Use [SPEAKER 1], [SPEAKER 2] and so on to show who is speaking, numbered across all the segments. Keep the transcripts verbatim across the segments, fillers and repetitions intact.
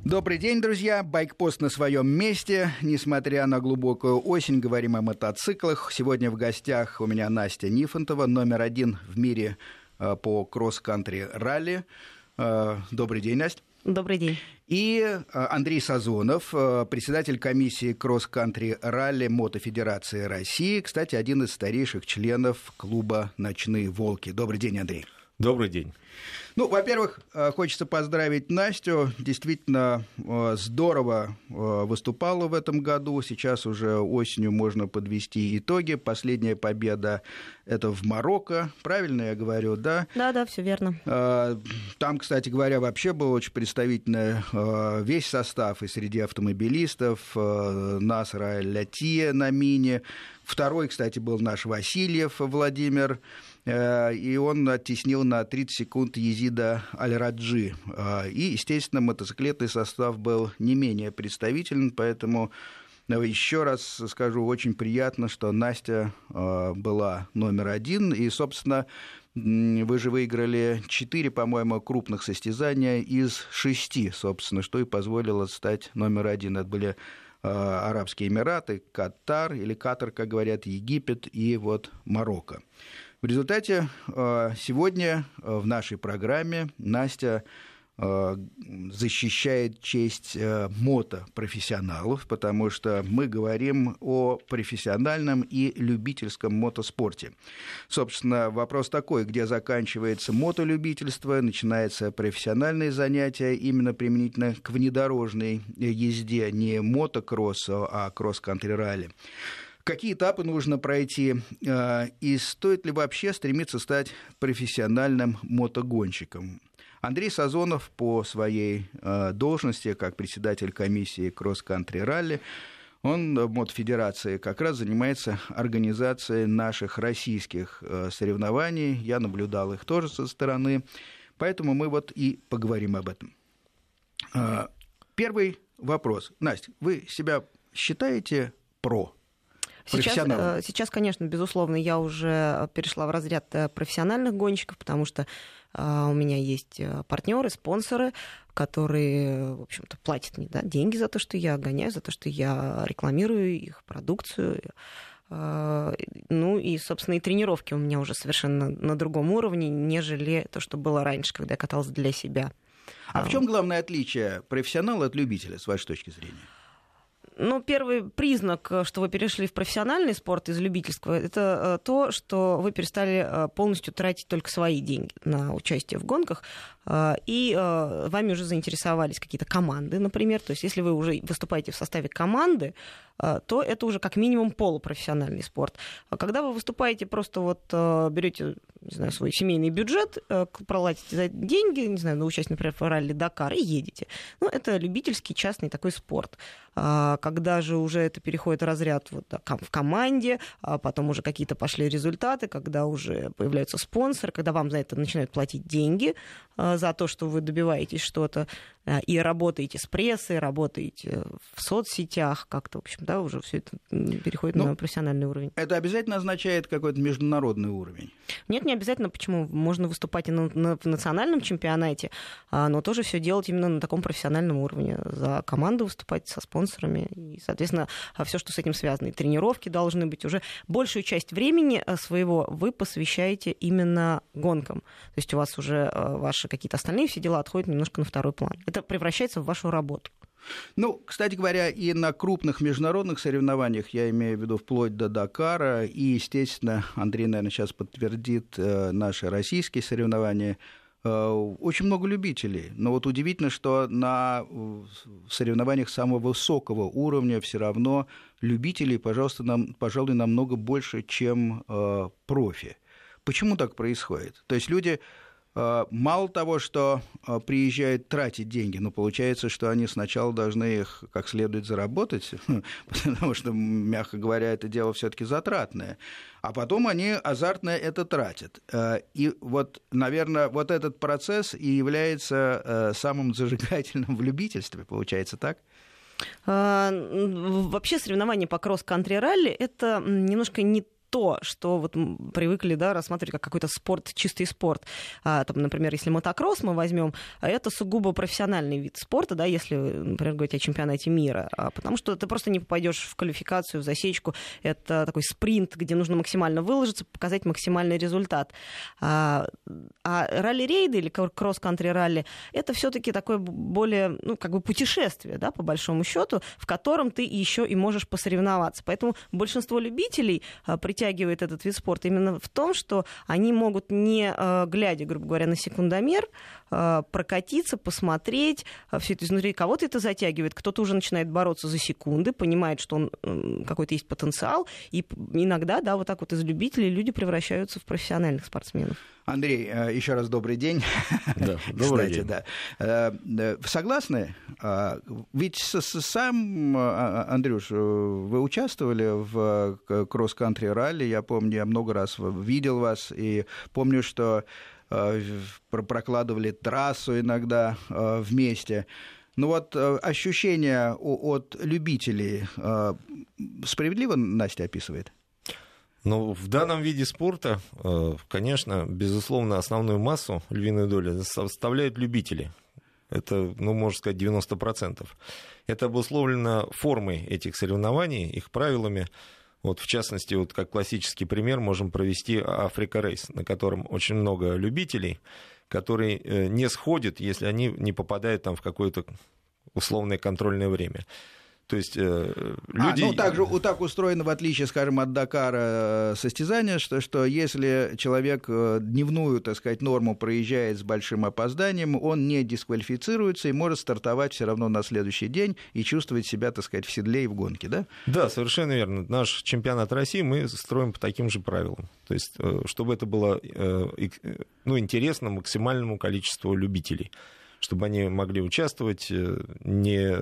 [SPEAKER 1] Добрый день, друзья. Байкпост на своем месте. Несмотря на глубокую осень, говорим о мотоциклах. Сегодня в гостях у меня Настя Нифонтова, номер один в мире по кросс-кантри ралли. Добрый день, Настя.
[SPEAKER 2] Добрый день.
[SPEAKER 1] И Андрей Сазонов, председатель комиссии кросс-кантри ралли Мотофедерации России. Кстати, один из старейших членов клуба «Ночные волки». Добрый день, Андрей.
[SPEAKER 3] Добрый день.
[SPEAKER 1] Ну, во-первых, хочется поздравить Настю. Действительно здорово выступала в этом году. Сейчас уже осенью можно подвести итоги. Последняя победа – это в Марокко. Правильно я говорю, да?
[SPEAKER 2] Да, да, все верно.
[SPEAKER 1] Там, кстати говоря, вообще был очень представительный весь состав и среди автомобилистов. Наср Аль-Аттия на Мине. Второй, кстати, был наш Васильев Владимир. И он оттеснил на тридцать секунд Езида Аль-Раджи. И, естественно, мотоциклетный состав был не менее представителен, поэтому еще раз скажу, очень приятно, что Настя была номер один. И, собственно, вы же выиграли четыре, по-моему, крупных состязания из шести, собственно, что и позволило стать номер один. Это были Арабские Эмираты, Катар, или Катар, как говорят, Египет и вот Марокко. В результате сегодня в нашей программе Настя защищает честь мотопрофессионалов, потому что мы говорим о профессиональном и любительском мотоспорте. Собственно, вопрос такой, где заканчивается мотолюбительство, начинается профессиональные занятия, именно применительно к внедорожной езде, не мотокроссу, а кросс-кантри-ралли. Какие этапы нужно пройти, и стоит ли вообще стремиться стать профессиональным мотогонщиком? Андрей Сазонов по своей должности, как председатель комиссии кросс-кантри ралли, он в Мотофедерации как раз занимается организацией наших российских соревнований. Я наблюдал их тоже со стороны, поэтому мы вот и поговорим об этом. Первый вопрос. Настя, вы себя считаете про?
[SPEAKER 2] Сейчас, сейчас, конечно, безусловно, я уже перешла в разряд профессиональных гонщиков, потому что у меня есть партнеры, спонсоры, которые, в общем-то, платят мне, да, деньги за то, что я гоняю, за то, что я рекламирую их продукцию. Ну и, собственно, и тренировки у меня уже совершенно на другом уровне, нежели то, что было раньше, когда я каталась для себя.
[SPEAKER 1] А в чем главное отличие профессионала от любителя, с вашей точки зрения?
[SPEAKER 2] Ну, первый признак, что вы перешли в профессиональный спорт из любительского, это то, что вы перестали полностью тратить только свои деньги на участие в гонках, и вами уже заинтересовались какие-то команды, например. То есть, если вы уже выступаете в составе команды, то это уже как минимум полупрофессиональный спорт. А когда вы выступаете, просто вот берете, не знаю, свой семейный бюджет, проплатите за деньги, не знаю, на участие, например, в ралли Дакар и едете. Ну, это любительский частный такой спорт. Когда же уже это переходит в разряд вот, в команде, а потом уже какие-то пошли результаты, когда уже появляются спонсоры, когда вам за это начинают платить деньги, за то, что вы добиваетесь что-то, и работаете с прессой, работаете в соцсетях, как-то, в общем, да, уже все это переходит ну, на профессиональный уровень.
[SPEAKER 1] Это обязательно означает какой-то международный уровень?
[SPEAKER 2] Нет, не обязательно. Почему? Можно выступать и на, на, в национальном чемпионате, но тоже все делать именно на таком профессиональном уровне. За команду выступать, со спонсорами, и, соответственно, все, что с этим связано. И тренировки должны быть. Уже большую часть времени своего вы посвящаете именно гонкам. То есть у вас уже ваши какие-то остальные все дела отходят немножко на второй план. Это превращается в вашу работу.
[SPEAKER 1] Ну, кстати говоря, и на крупных международных соревнованиях, я имею в виду вплоть до Дакара, и, естественно, Андрей, наверное, сейчас подтвердит наши российские соревнования, очень много любителей. Но вот удивительно, что на соревнованиях самого высокого уровня все равно любителей, пожалуйста, нам, пожалуй, намного больше, чем профи. Почему так происходит? То есть люди... Мало того, что приезжают тратить деньги, но получается, что они сначала должны их как следует заработать, потому что, мягко говоря, это дело все-таки затратное, а потом они азартно это тратят. И вот, наверное, вот этот процесс и является самым зажигательным в любительстве, получается так?
[SPEAKER 2] Вообще соревнования по кросс-кантри ралли – это немножко не то, что вот привыкли, да, рассматривать как какой-то спорт, чистый спорт. А, там, например, если мотокросс мы возьмем, это сугубо профессиональный вид спорта, да, если, например, говорить о чемпионате мира, а, потому что ты просто не попадешь в квалификацию, в засечку. Это такой спринт, где нужно максимально выложиться, показать максимальный результат. А, а ралли-рейды или кросс-кантри ралли это все-таки такое более, ну, как бы путешествие, да, по большому счету, в котором ты еще и можешь посоревноваться. Поэтому большинство любителей а, притягивает этот вид спорта именно в том, что они могут, не а, глядя, грубо говоря, на секундомер, а, прокатиться, посмотреть, а, все это изнутри. Кого-то это затягивает, кто-то уже начинает бороться за секунды, понимает, что он м, какой-то есть потенциал, и иногда, да, вот так вот из любителей люди превращаются в профессиональных спортсменов.
[SPEAKER 1] Андрей, еще раз добрый день.
[SPEAKER 3] Да, добрый
[SPEAKER 1] Кстати,
[SPEAKER 3] день.
[SPEAKER 1] Да. Согласны? Ведь сам, Андрюш, вы участвовали в кросс-кантри ралли, я помню, я много раз видел вас, и помню, что прокладывали трассу иногда вместе. Ну вот ощущения от любителей справедливо Настя описывает?
[SPEAKER 3] Ну, в данном виде спорта, конечно, безусловно, основную массу, львиную долю, составляют любители. Это, ну, можно сказать, девяносто процентов. Это обусловлено формой этих соревнований, их правилами. Вот, в частности, вот как классический пример можем провести Африка Рейс, на котором очень много любителей, которые не сходят, если они не попадают там в какое-то условное контрольное время. То есть э, люди...
[SPEAKER 1] А, ну, также так устроено, в отличие, скажем, от Дакара состязания, что, что если человек дневную, так сказать, норму проезжает с большим опозданием, он не дисквалифицируется и может стартовать все равно на следующий день и чувствовать себя, так сказать, в седле и в гонке, да?
[SPEAKER 3] Да, совершенно верно. Наш чемпионат России мы строим по таким же правилам. То есть, чтобы это было ну, интересно максимальному количеству любителей, чтобы они могли участвовать, не...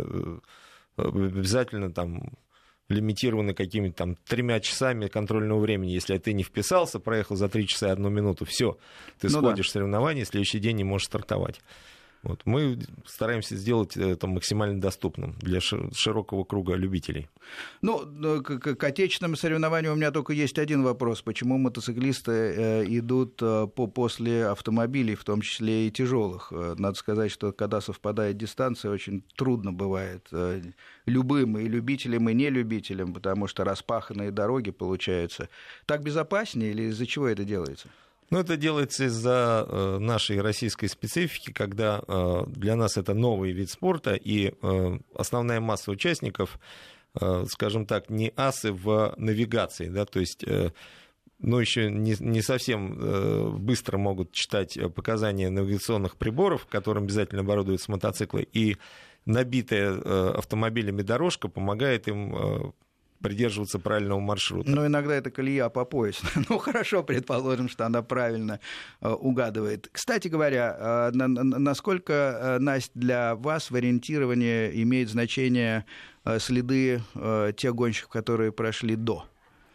[SPEAKER 3] обязательно там лимитированы какими-то там тремя часами контрольного времени. Если ты не вписался, проехал за три часа и одну минуту, все, ты ну сходишь да. в соревнования, следующий день не можешь стартовать. Вот. Мы стараемся сделать это максимально доступным для широкого круга любителей.
[SPEAKER 1] Ну, к, к отечественным соревнованиям у меня только есть один вопрос. Почему мотоциклисты идут по, после автомобилей, в том числе и тяжелых? Надо сказать, что когда совпадает дистанция, очень трудно бывает любым, и любителям, и нелюбителям, потому что распаханные дороги получаются. Так безопаснее или из-за чего это делается?
[SPEAKER 3] Ну, это делается из-за э, нашей российской специфики, когда э, для нас это новый вид спорта, и э, основная масса участников, э, скажем так, не асы в навигации, да, то есть, э, ну, еще не, не совсем э, быстро могут читать показания навигационных приборов, которым обязательно оборудуются мотоциклы, и набитая э, автомобилями дорожка помогает им... Э, придерживаться правильного маршрута.
[SPEAKER 1] Но иногда это колея по пояс. Ну, хорошо, предположим, что она правильно э, угадывает. Кстати говоря, э, на, на, насколько, э, Настя, для вас в ориентировании имеет значение э, следы э, тех гонщиков, которые прошли до?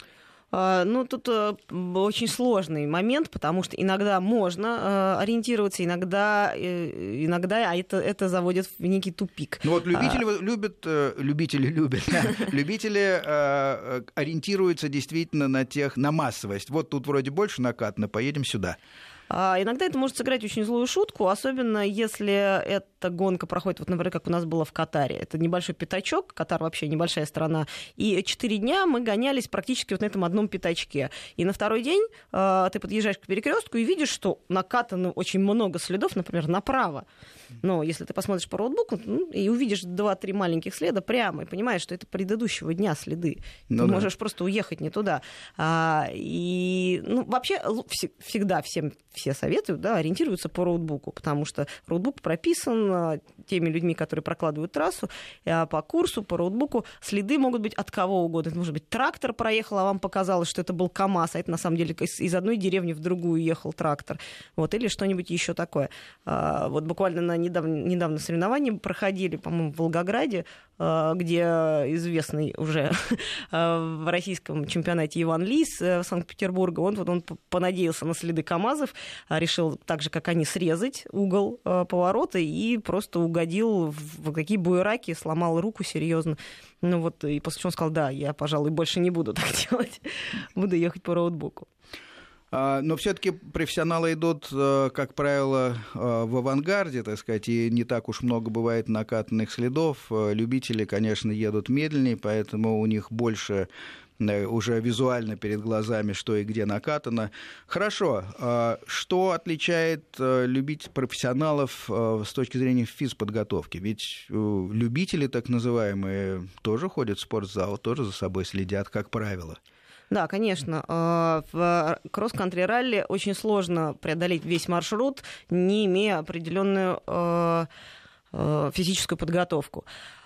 [SPEAKER 2] Ну, тут очень сложный момент, потому что иногда можно ориентироваться, иногда, иногда это, это заводит в некий тупик.
[SPEAKER 1] Ну вот любители а... любят, любители любят, любители ориентируются действительно на тех, на массовость. Вот тут вроде больше накатано, поедем сюда.
[SPEAKER 2] А иногда это может сыграть очень злую шутку, особенно если эта гонка проходит, вот, например, как у нас было в Катаре. Это небольшой пятачок, Катар вообще небольшая страна, и четыре дня мы гонялись практически вот на этом одном пятачке. И на второй день э, ты подъезжаешь к перекрестку и видишь, что накатано очень много следов, например, направо. Но если ты посмотришь по роутбуку ну, и увидишь два-три маленьких следа прямо, и понимаешь, что это предыдущего дня следы. Ну, ты да. можешь просто уехать не туда. А, и ну, вообще всегда всем все советуют, да, ориентироваться по роутбуку, потому что роутбук прописан теми людьми, которые прокладывают трассу, по курсу, по роутбуку. Следы могут быть от кого угодно. Это может быть трактор проехал, а вам показалось, что это был КАМАЗ, а это на самом деле из одной деревни в другую ехал трактор. Вот, или что-нибудь еще такое. Вот буквально на недавно, недавно соревнования проходили, по-моему, в Волгограде, где известный уже в российском чемпионате Иван Лис Санкт-Петербурга, он, вот он понадеялся на следы КАМАЗов, решил так же, как они, срезать угол поворота и и просто угодил в какие буераки, сломал руку серьезно. Ну вот, и после чего он сказал, да, я, пожалуй, больше не буду так делать, буду ехать по роутбуку.
[SPEAKER 1] Но все-таки профессионалы идут, как правило, в авангарде, так сказать, и не так уж много бывает накатанных следов. Любители, конечно, едут медленнее, поэтому у них больше уже визуально перед глазами, что и где накатано. Хорошо. Что отличает любить профессионалов с точки зрения физподготовки? Ведь любители, так называемые, тоже ходят в спортзал, тоже за собой следят, как правило.
[SPEAKER 2] Да, конечно. В кросс-кантри-ралли очень сложно преодолеть весь маршрут, не имея определенную физическую подготовку.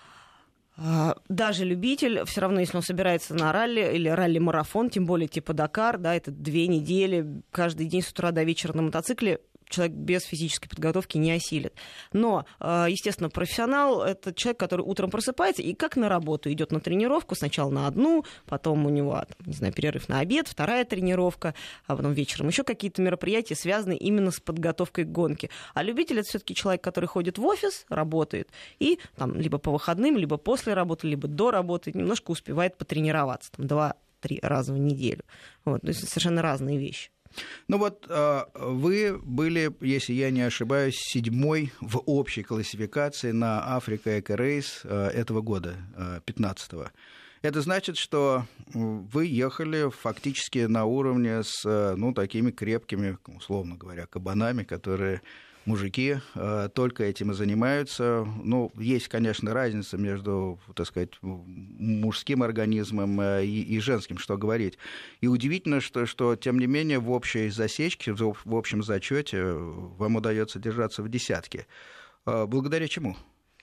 [SPEAKER 2] Даже любитель, все равно, если он собирается на ралли или ралли-марафон, тем более типа Дакар, да, это две недели, каждый день с утра до вечера на мотоцикле, человек без физической подготовки не осилит. Но, естественно, профессионал — это человек, который утром просыпается и как на работу идет на тренировку, сначала на одну, потом у него, не знаю, перерыв на обед, вторая тренировка, а потом вечером еще какие-то мероприятия, связанные именно с подготовкой к гонке. А любитель — это все-таки человек, который ходит в офис, работает, и там либо по выходным, либо после работы, либо до работы немножко успевает потренироваться, там, два-три раза в неделю. Вот, то есть совершенно разные вещи.
[SPEAKER 1] Ну вот вы были, если я не ошибаюсь, седьмой в общей классификации на Africa Eco Race этого года, пятнадцатого. Это значит, что вы ехали фактически на уровне с, ну, такими крепкими, условно говоря, кабанами, которые... Мужики э, только этим и занимаются. Ну, есть, конечно, разница между, так сказать, мужским организмом э, и, и женским, что говорить. И удивительно, что, что, тем не менее, в общей засечке, в, в общем зачете вам удается держаться в десятке. Э, благодаря чему?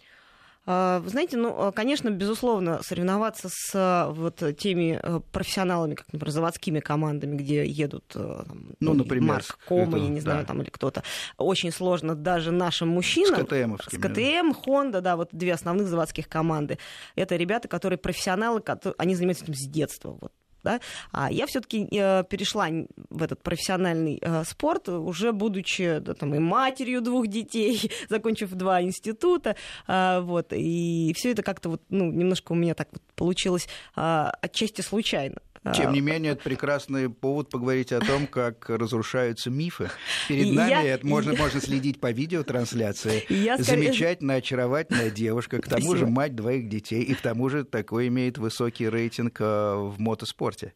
[SPEAKER 2] Вы знаете, ну, конечно, безусловно, соревноваться с вот теми профессионалами, как, например, заводскими командами, где едут там,
[SPEAKER 1] ну, например,
[SPEAKER 2] Марк Кома, я не знаю,
[SPEAKER 1] да.
[SPEAKER 2] там, или кто-то, очень сложно даже нашим мужчинам.
[SPEAKER 1] С КТМовскими.
[SPEAKER 2] С КТМ, Honda, да, вот две основных заводских команды. Это ребята, которые профессионалы, которые, они занимаются этим с детства, вот. Да? А я все-таки э, перешла в этот профессиональный э, спорт, уже будучи да, там, и матерью двух детей, закончив два института. Э, вот, и все это как-то вот, ну, немножко у меня так вот получилось э, отчасти случайно.
[SPEAKER 1] Тем не менее, это прекрасный повод поговорить о том, как разрушаются мифы. Перед нами я... это можно, можно следить по видеотрансляции. Я Замечательная, скорее... очаровательная девушка, к тому Спасибо. же мать двоих детей, и к тому же такой имеет высокий рейтинг в мотоспорте.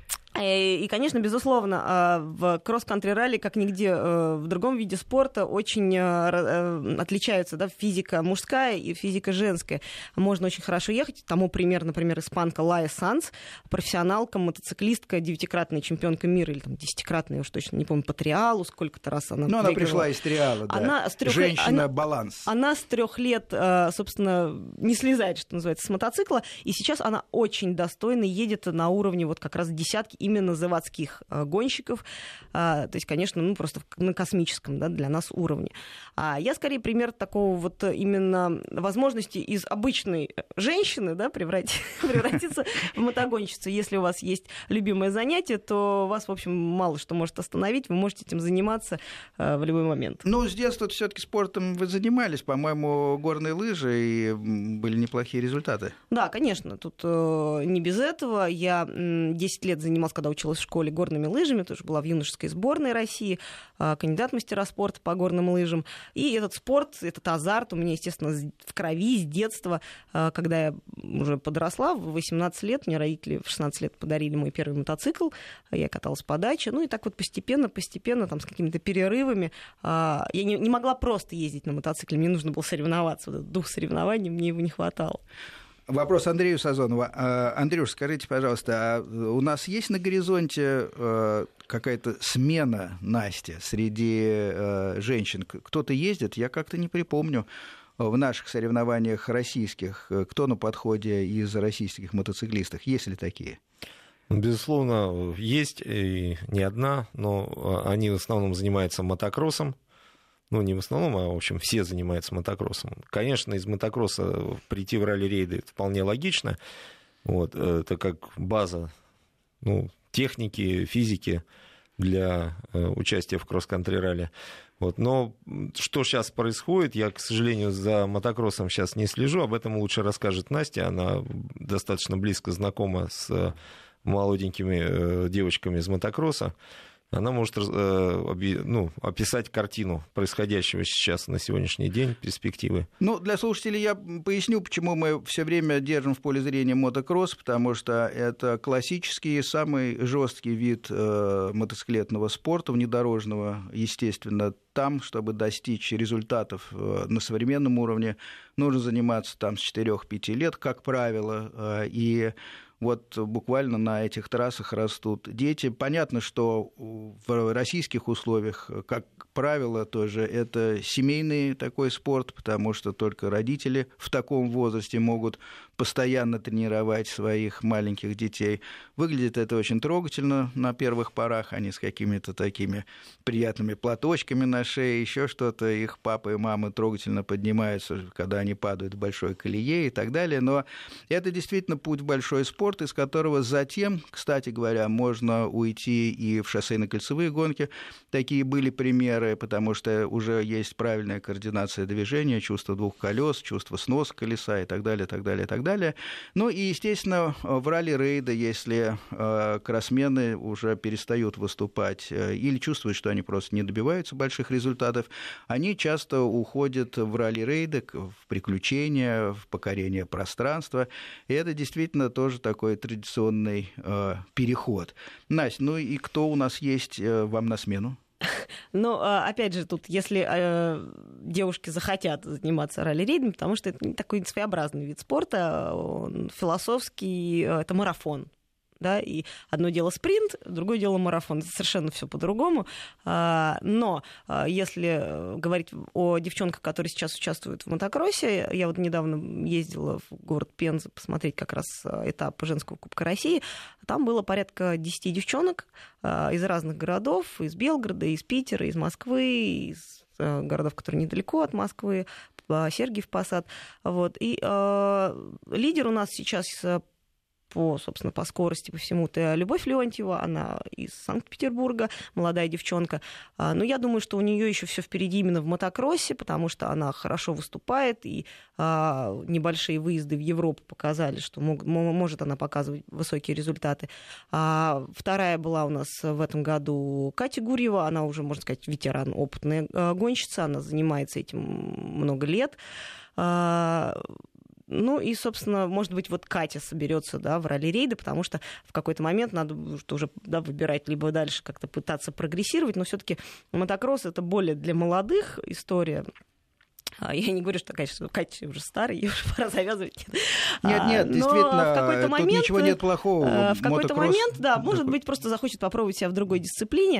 [SPEAKER 2] И, конечно, безусловно, в кросс-кантри-ралли, как нигде в другом виде спорта, очень отличаются, да, физика мужская и физика женская. Можно очень хорошо ехать. Тому пример, например, испанка Лая Санс, профессионалка, мотоциклистка, девятикратная чемпионка мира, или там десятикратная, я уж точно не помню, по триалу, сколько-то раз она
[SPEAKER 1] Ну, она пришла из триала, да. Она с трех... Женщина-баланс.
[SPEAKER 2] Она, она с трех лет, собственно, не слезает, что называется, с мотоцикла, и сейчас она очень достойно едет на уровне вот как раз десятки именно заводских э, гонщиков, а, то есть, конечно, ну, просто на космическом, да, для нас уровне. А я, скорее, пример такого вот именно возможности из обычной женщины, да, превратить, превратиться в мотогонщицу. Если у вас есть любимое занятие, то вас, в общем, мало что может остановить, вы можете этим заниматься э, в любой момент.
[SPEAKER 1] Ну, с детства все-таки спортом вы занимались, по-моему, горные лыжи, и были неплохие результаты.
[SPEAKER 2] Да, конечно, тут э, не без этого. Я э, десять лет занималась, когда училась в школе, горными лыжами, тоже была в юношеской сборной России, кандидат мастера спорта по горным лыжам. И этот спорт, этот азарт у меня, естественно, в крови с детства. Когда я уже подросла, в восемнадцать лет, мне родители в шестнадцать лет подарили мой первый мотоцикл, я каталась по даче, ну и так вот постепенно, постепенно, там, с какими-то перерывами. Я не, не могла просто ездить на мотоцикле, мне нужно было соревноваться, вот этот дух соревнований, мне его не хватало.
[SPEAKER 1] Вопрос Андрею Сазонову. Андрюш, скажите, пожалуйста, а у нас есть на горизонте какая-то смена, Настя, среди женщин? Кто-то ездит? Я как-то не припомню в наших соревнованиях российских, кто на подходе из российских мотоциклистов. Есть ли такие?
[SPEAKER 3] Безусловно, есть и не одна, но они в основном занимаются мотокроссом. Ну, не в основном, а, в общем, все занимаются мотокроссом. Конечно, из мотокросса прийти в ралли-рейды вполне логично. Вот, это как база, ну, техники, физики. для участия в кросс-кантри-ралли. Вот. Но что сейчас происходит, я, к сожалению, за мотокроссом сейчас не слежу, об этом лучше расскажет Настя, она достаточно близко знакома с молоденькими девочками из мотокросса. Она может ну, описать картину происходящего сейчас на сегодняшний день, перспективы.
[SPEAKER 1] Ну, для слушателей я поясню, почему мы все время держим в поле зрения мотокросс, потому что это классический, самый жесткий вид э, мотоциклетного спорта, внедорожного, естественно. Там, чтобы достичь результатов э, на современном уровне, нужно заниматься там с четырёх-пяти лет, как правило, э, и вот буквально на этих трассах растут дети. Понятно, что в российских условиях, как правило, тоже это семейный такой спорт, потому что только родители в таком возрасте могут постоянно тренировать своих маленьких детей. Выглядит это очень трогательно на первых порах. Они с какими-то такими приятными платочками на шее, еще что-то. Их папа и мама трогательно поднимаются, когда они падают в большой колее и так далее. Но это действительно путь в большой спорт, из которого затем, кстати говоря, можно уйти и в шоссейно-кольцевые гонки. Такие были примеры, потому что уже есть правильная координация движения, чувство двух колес, чувство сноса колеса и так далее, так далее, так далее. Ну и, естественно, в ралли-рейды, если э, кроссмены уже перестают выступать э, или чувствуют, что они просто не добиваются больших результатов, они часто уходят в ралли-рейды, в приключения, в покорение пространства. И это действительно тоже такой традиционный э, переход. Настя, ну и кто у нас есть э, вам на смену?
[SPEAKER 2] Но, опять же, тут, если э, девушки захотят заниматься ралли-рейдами, потому что это такой своеобразный вид спорта, он философский, это марафон. Да, и одно дело спринт, другое дело марафон. Это совершенно все по-другому. Но если говорить о девчонках, которые сейчас участвуют в мотокроссе, я вот недавно ездила в город Пенза посмотреть как раз этап женского Кубка России. Там было порядка десяти девчонок из разных городов, из Белгорода, из Питера, из Москвы, из городов, которые недалеко от Москвы, Сергиев Посад. Вот. И э, лидер у нас сейчас по, собственно, по скорости, по всему, это Любовь Леонтьева, она из Санкт-Петербурга, молодая девчонка. Но я думаю, что у нее еще все впереди именно в мотокроссе, потому что она хорошо выступает, и небольшие выезды в Европу показали, что может она показывать высокие результаты. Вторая была у нас в этом году Катя Гурьева, она уже, можно сказать, ветеран, опытная гонщица, она занимается этим много лет. Ну и, собственно, может быть, вот Катя соберется, да, в ралли-рейды, потому что в какой-то момент надо уже, да, выбирать, либо дальше как-то пытаться прогрессировать, но все-таки мотокросс — это более для молодых история. Я не говорю, что, конечно, Катя уже старая, ей уже пора завязывать.
[SPEAKER 1] Нет, нет,
[SPEAKER 2] но
[SPEAKER 1] действительно,
[SPEAKER 2] в какой-то момент,
[SPEAKER 1] тут ничего нет плохого.
[SPEAKER 2] В какой-то момент, да, может быть, просто захочет попробовать себя в другой дисциплине.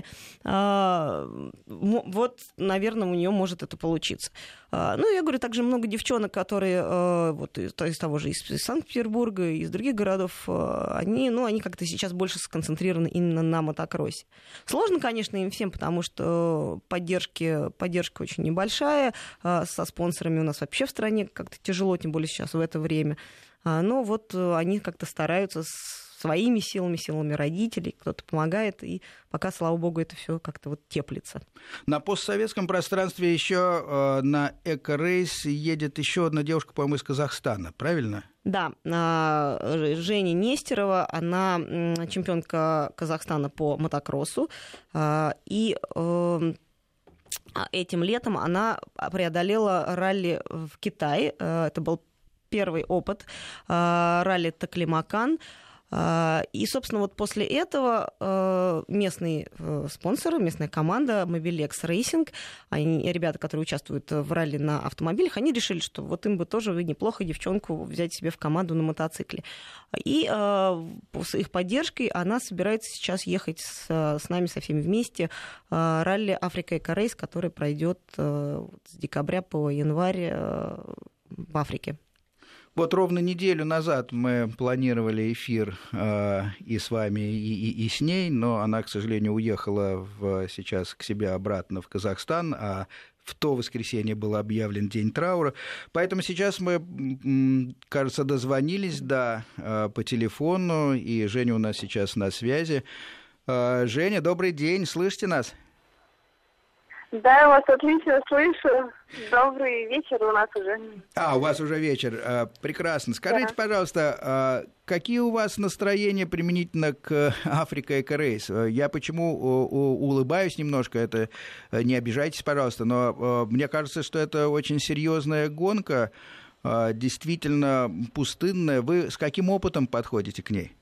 [SPEAKER 2] Вот, наверное, у нее может это получиться. Ну, я говорю, также много девчонок, которые вот из того же, из Санкт-Петербурга, из других городов, они, ну, они как-то сейчас больше сконцентрированы именно на мотокроссе. Сложно, конечно, им всем, потому что поддержки, поддержка очень небольшая, со спонсорами у нас вообще в стране как-то тяжело, тем более сейчас в это время. Но вот они как-то стараются своими силами, силами родителей, кто-то помогает, и пока, слава богу, это все как-то вот теплится.
[SPEAKER 1] На постсоветском пространстве еще э, на эко-рейс едет еще одна девушка, по-моему, из Казахстана, правильно?
[SPEAKER 2] Да, Женя Нестерова, она чемпионка Казахстана по мотокроссу, и этим летом она преодолела ралли в Китае. Это был первый опыт ралли Таклимакан. И, собственно, вот после этого местный спонсор, местная команда Mobilex Racing, они, ребята, которые участвуют в ралли на автомобилях, они решили, что вот им бы тоже неплохо девчонку взять себе в команду на мотоцикле. И с их поддержкой она собирается сейчас ехать с, с нами, со всеми вместе, ралли Africa Eco Race, который пройдет с декабря по январь в Африке.
[SPEAKER 1] Вот ровно неделю назад мы планировали эфир э, и с вами, и, и, и с ней, но она, к сожалению, уехала в, сейчас к себе обратно в Казахстан, а в то воскресенье был объявлен день траура. Поэтому сейчас мы, кажется, дозвонились, да, по телефону, и Женя у нас сейчас на связи. Женя, добрый день, слышите нас?
[SPEAKER 4] Да, я вас отлично слышу. Добрый вечер у нас уже.
[SPEAKER 1] А, у вас уже вечер. Прекрасно. Скажите, да. пожалуйста, какие у вас настроения применительно к Africa Eco Race? Я почему улыбаюсь немножко, это не обижайтесь, пожалуйста, но мне кажется, что это очень серьезная гонка, действительно пустынная. Вы с каким опытом подходите к ней?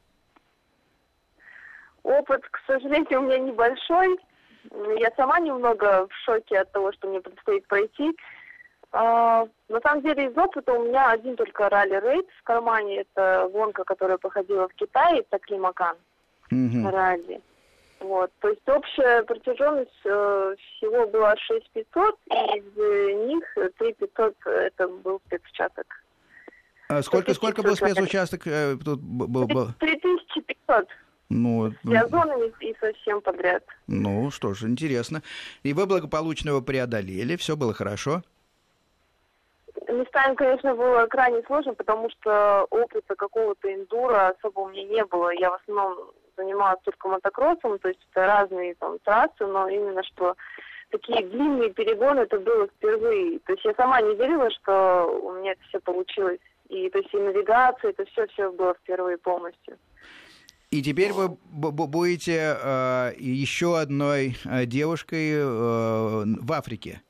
[SPEAKER 4] Опыт, к сожалению, у меня небольшой. Я сама немного в шоке от того, что мне предстоит пройти. А, на самом деле, из опыта у меня один только ралли-рейд в кармане. Это гонка, которая проходила в Китае, это Климакан mm-hmm. ралли. Вот. То есть общая протяженность э, всего была шесть тысяч пятьсот, и из них три тысячи пятьсот это был спецучасток.
[SPEAKER 1] А сколько, сколько был спецучасток? Э, тут был, был...
[SPEAKER 4] три тысячи пятьсот.
[SPEAKER 1] Ну,
[SPEAKER 4] с зонами и совсем подряд.
[SPEAKER 1] Ну, что ж, интересно. И вы благополучно его преодолели, все было хорошо?
[SPEAKER 4] Местами, конечно, было крайне сложно, потому что опыта какого-то эндуро особо у меня не было. Я в основном занималась только мотокроссом, то есть это разные там трассы, но именно что такие длинные перегоны это было впервые. То есть я сама не верила, что у меня это все получилось. И то есть и навигация, это все все было впервые полностью.
[SPEAKER 1] И теперь вы будете э, еще одной э, девушкой э, в Африке.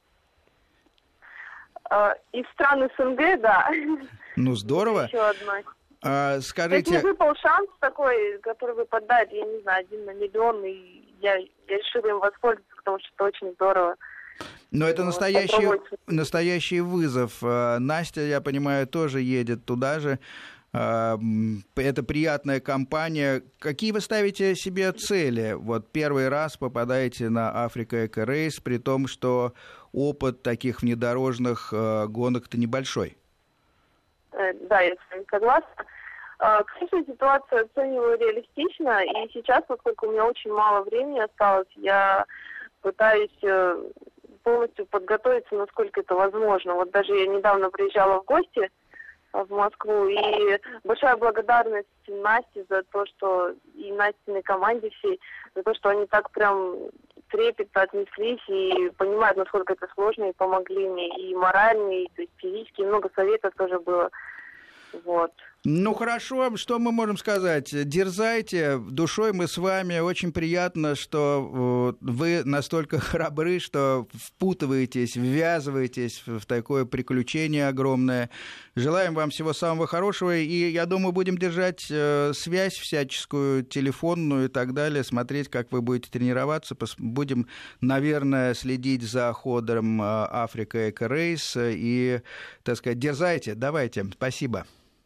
[SPEAKER 4] Э, из стран СНГ, да.
[SPEAKER 1] Ну, здорово.
[SPEAKER 4] Еще одной.
[SPEAKER 1] А, скажите...
[SPEAKER 4] То есть мне выпал шанс такой, который выпадает, я не знаю, один на миллион, и я, я решила им воспользоваться, потому что это очень здорово.
[SPEAKER 1] Но это настоящий, настоящий вызов. Настя, я понимаю, тоже едет туда же. Это приятная компания. Какие вы ставите себе цели? Вот первый раз попадаете на Africa Eco Race, при том, что опыт таких внедорожных гонок-то небольшой.
[SPEAKER 4] Да, я с вами согласна. Конечно, ситуацию оцениваю реалистично, и сейчас, поскольку у меня очень мало времени осталось, я пытаюсь полностью подготовиться, насколько это возможно. Вот даже я недавно приезжала в гости в Москву, и большая благодарность Насте за то, что и Настиной команде всей, за то, что они так прям трепетно отнеслись и понимают, насколько это сложно, и помогли мне и морально, и то есть, физически, и много советов тоже было. Вот.
[SPEAKER 1] Ну, хорошо, что мы можем сказать? Дерзайте, душой мы с вами. Очень приятно, что вы настолько храбры, что впутываетесь, ввязываетесь в такое приключение огромное. Желаем вам всего самого хорошего, и, я думаю, будем держать связь всяческую, телефонную и так далее, смотреть, как вы будете тренироваться. Будем, наверное, следить за ходом Africa Eco Race и, так сказать, дерзайте, давайте. Спасибо.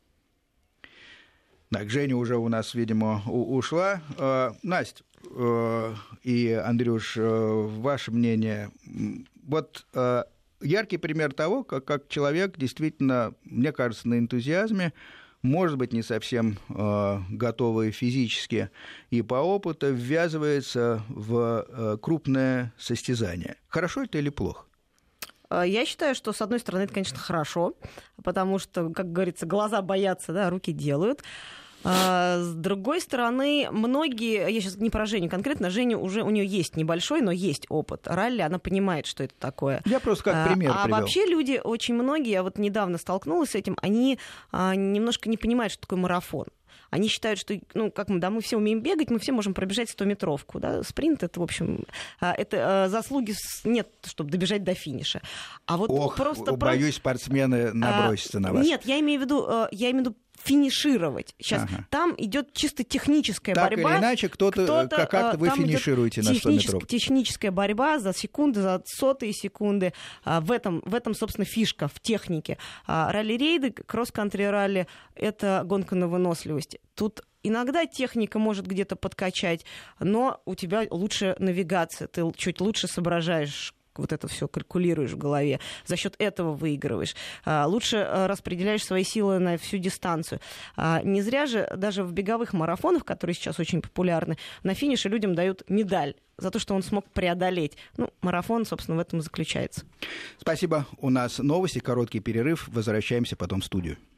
[SPEAKER 1] Так, Женя уже у нас, видимо, у- ушла. Э, Настя э, и Андрюш, э, ваше мнение. Вот э, яркий пример того, как, как человек действительно, мне кажется, на энтузиазме, может быть, не совсем э, готовый физически и по опыту, ввязывается в э, крупное состязание. Хорошо это или плохо?
[SPEAKER 2] Я считаю, что, с одной стороны, это, конечно, хорошо, потому что, как говорится, глаза боятся, да, руки делают. А с другой стороны, многие, я сейчас не про Женю конкретно, Женя уже, у нее есть небольшой, но есть опыт ралли, она понимает, что это такое.
[SPEAKER 1] Я просто как пример
[SPEAKER 2] А, а вообще люди, очень многие, я вот недавно столкнулась с этим, они а, немножко не понимают, что такое марафон. Они считают, что, ну, как мы, да, мы все умеем бегать, мы все можем пробежать стометровку, да, спринт, это, в общем, это заслуги нет, чтобы добежать до финиша. А вот
[SPEAKER 1] Ох,
[SPEAKER 2] просто...
[SPEAKER 1] боюсь, спортсмены набросятся а, на вас.
[SPEAKER 2] Нет, я имею в виду, я имею в виду финишировать. Сейчас ага. Там идет чисто техническая
[SPEAKER 1] так
[SPEAKER 2] борьба.
[SPEAKER 1] Так или иначе, кто-то, кто-то как-то вы финишируете на сто метров.
[SPEAKER 2] Техническая борьба за секунды, за сотые секунды. В этом, в этом, собственно, фишка в технике. Ралли-рейды, кросс-кантри-ралли — это гонка на выносливость. Тут иногда техника может где-то подкачать, но у тебя лучше навигация, ты чуть лучше соображаешь, вот это все калькулируешь в голове, за счет этого выигрываешь. Лучше распределяешь свои силы на всю дистанцию. Не зря же даже в беговых марафонах, которые сейчас очень популярны, на финише людям дают медаль за то, что он смог преодолеть. Ну, марафон, собственно, в этом и заключается.
[SPEAKER 1] Спасибо. У нас новости, короткий перерыв. Возвращаемся потом в студию.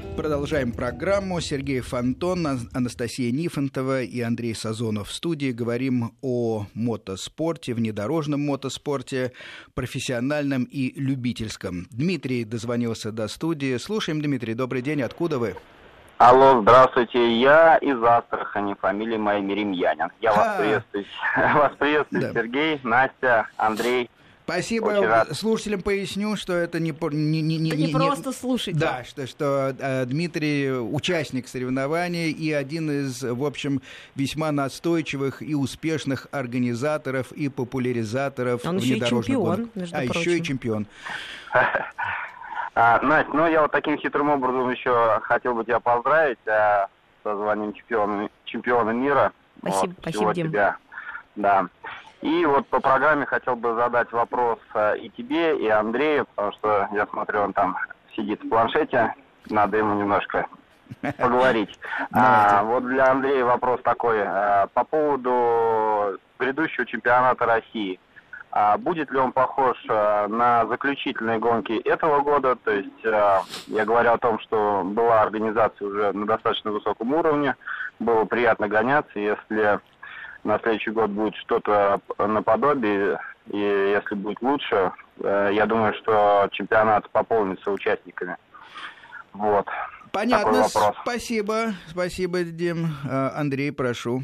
[SPEAKER 1] Продолжаем программу. Сергей Фонтон, Анастасия Нифонтова и Андрей Сазонов в студии. Говорим о мотоспорте, внедорожном мотоспорте, профессиональном и любительском. Дмитрий дозвонился до студии. Слушаем, Дмитрий, добрый день. Откуда вы?
[SPEAKER 5] Алло, здравствуйте. Я из Астрахани, фамилия моя Миримьянин. Я вас приветствую, вас приветствую, да. Сергей, Настя, Андрей.
[SPEAKER 1] Спасибо. Слушателям поясню, что это не, не, не, не,
[SPEAKER 2] это не, не просто
[SPEAKER 1] не,
[SPEAKER 2] слушатель.
[SPEAKER 1] Да, что, что э, Дмитрий участник соревнований и один из, в общем, весьма настойчивых и успешных организаторов и популяризаторов
[SPEAKER 2] Он внедорожных
[SPEAKER 1] еще и чемпион,
[SPEAKER 2] гонок. Между
[SPEAKER 1] а
[SPEAKER 2] прочим.
[SPEAKER 1] еще и чемпион.
[SPEAKER 5] А, Настя, ну я вот таким хитрым образом еще хотел бы тебя поздравить а, со званием чемпиона, чемпиона мира.
[SPEAKER 2] Спасибо,
[SPEAKER 5] вот,
[SPEAKER 2] спасибо, Дим.
[SPEAKER 5] Тебя. Да. И вот по программе хотел бы задать вопрос а, и тебе, и Андрею, потому что я смотрю, он там сидит в планшете, надо ему немножко поговорить. А, вот для Андрея вопрос такой, а, по поводу грядущего чемпионата России. А будет ли он похож а, на заключительные гонки этого года? То есть а, я говорю о том, что была организация уже на достаточно высоком уровне, было приятно гоняться, если на следующий год будет что-то наподобие, и если будет лучше, а, я думаю, что чемпионат пополнится участниками. Вот.
[SPEAKER 1] Понятно, спасибо, спасибо, Дим. Андрей, прошу.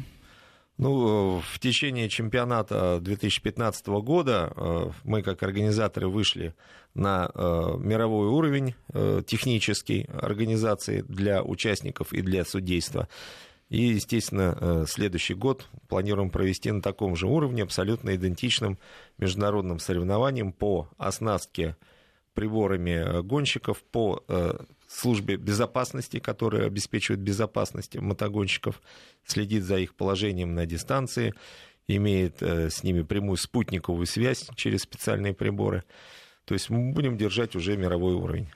[SPEAKER 3] Ну, в течение чемпионата две тысячи пятнадцатого года мы, как организаторы, вышли на мировой уровень технический организации для участников и для судейства. И, естественно, следующий год планируем провести на таком же уровне, абсолютно идентичным международным соревнованиям по оснастке приборами гонщиков, по службе безопасности, которая обеспечивает безопасность мотогонщиков, следит за их положением на дистанции, имеет с ними прямую спутниковую связь через специальные приборы. То есть мы будем держать уже мировой уровень.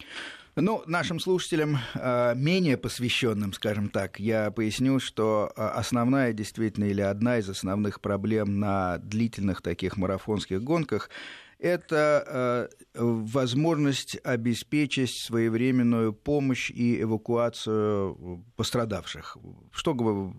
[SPEAKER 1] Ну, нашим слушателям, менее посвященным, скажем так, я поясню, что основная действительно или одна из основных проблем на длительных таких марафонских гонках – это э, возможность обеспечить своевременную помощь и эвакуацию пострадавших. Что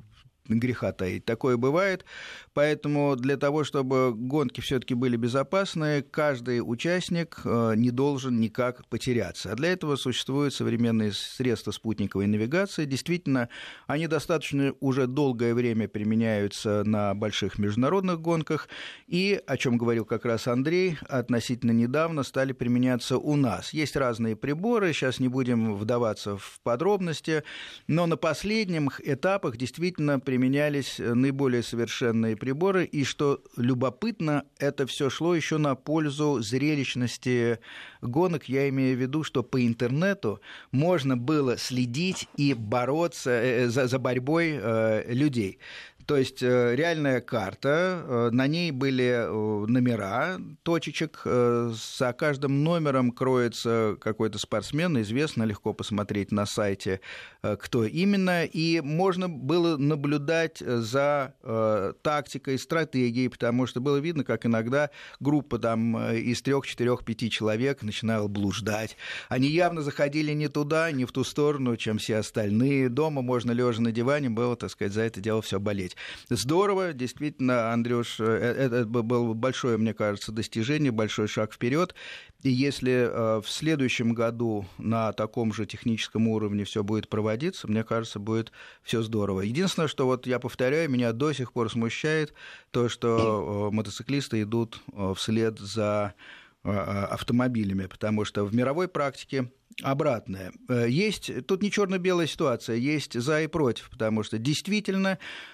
[SPEAKER 1] греха таить, такое бывает. Поэтому для того, чтобы гонки все-таки были безопасны, каждый участник не должен никак потеряться. А для этого существуют современные средства спутниковой навигации. Действительно, они достаточно уже долгое время применяются на больших международных гонках. И, о чем говорил как раз Андрей, относительно недавно стали применяться у нас. Есть разные приборы, сейчас не будем вдаваться в подробности, но на последних этапах действительно применялись наиболее совершенные приборы, и что любопытно, это все шло еще на пользу зрелищности гонок. Я имею в виду, что по интернету можно было следить и бороться за, за борьбой э, людей. То есть реальная карта, на ней были номера точечек, за каждым номером кроется какой-то спортсмен, известно, легко посмотреть на сайте, кто именно, и можно было наблюдать за тактикой, стратегией, потому что было видно, как иногда группа там из трех, четырех, пяти человек начинала блуждать. Они явно заходили не туда, не в ту сторону, чем все остальные. Дома можно, лежа на диване, было, так сказать, за это дело все болеть. Здорово, действительно, Андрюш, это было большое, мне кажется, достижение, большой шаг вперед. И если в следующем году на таком же техническом уровне все будет проводиться, мне кажется, будет все здорово. Единственное, что вот я повторяю, меня до сих пор смущает то, что мотоциклисты идут вслед за автомобилями, потому что в мировой практике обратное. Есть, тут не черно-белая ситуация, есть за и против, потому что действительно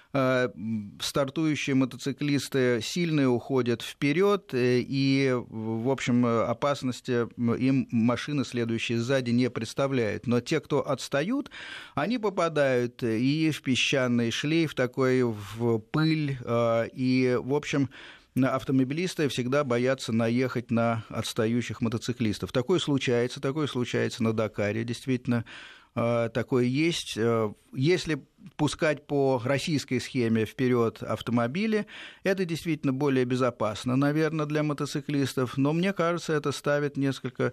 [SPEAKER 1] стартующие мотоциклисты сильно уходят вперед, и, в общем, опасности им машины, следующие сзади, не представляют. Но те, кто отстают, они попадают и в песчаный шлейф такой, в пыль, и, в общем, автомобилисты всегда боятся наехать на отстающих мотоциклистов. Такое случается, такое случается на Дакаре, действительно, такое есть. Если пускать по российской схеме вперед автомобили. Это действительно более безопасно, наверное, для мотоциклистов, но мне кажется, это ставит несколько